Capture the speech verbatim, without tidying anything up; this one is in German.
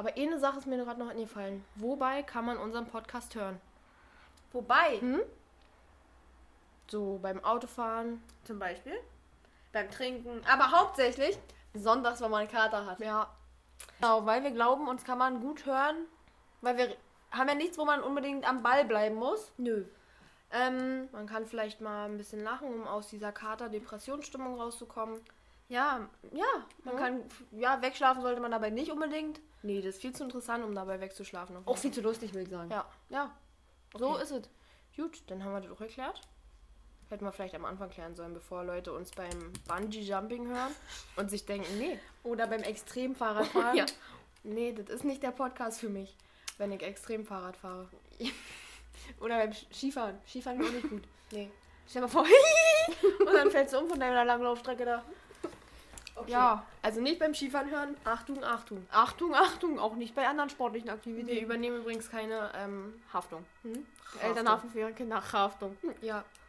Aber eine Sache ist mir gerade noch eingefallen. Wobei kann man unseren Podcast hören? Wobei? Hm? So beim Autofahren. Zum Beispiel? Beim Trinken. Aber hauptsächlich sonntags, wenn man einen Kater hat. Ja. Genau, weil wir glauben, uns kann man gut hören. Weil wir haben ja nichts, wo man unbedingt am Ball bleiben muss. Nö. Ähm, Man kann vielleicht mal ein bisschen lachen, um aus dieser Kater-Depressionsstimmung rauszukommen. ja, ja, man Mhm. kann, ja, wegschlafen sollte man dabei nicht unbedingt. Nee, das ist viel zu interessant, um dabei wegzuschlafen. Auch viel zu lustig, würde ich sagen. Ja. Ja, so Okay. ist es. Gut, dann haben wir das auch erklärt. Hätten wir vielleicht am Anfang klären sollen, bevor Leute uns beim Bungee-Jumping hören und sich denken, nee, Oder beim Extremfahrradfahren. ja, nee, das ist nicht der Podcast für mich, wenn ich extrem Fahrrad fahre. Oder beim Skifahren. Skifahren geht auch nicht gut. Nee. Stell dir mal vor, und dann fällst du um von deiner Langlaufstrecke da. Okay. Ja, also nicht beim Skifahren hören. Achtung, Achtung. Achtung, Achtung, auch nicht bei anderen sportlichen Wir Aktivitäten. übernehmen übrigens keine ähm, Haftung. Hm? Elternhaftung für ihre Kinder. Haftung. Ja,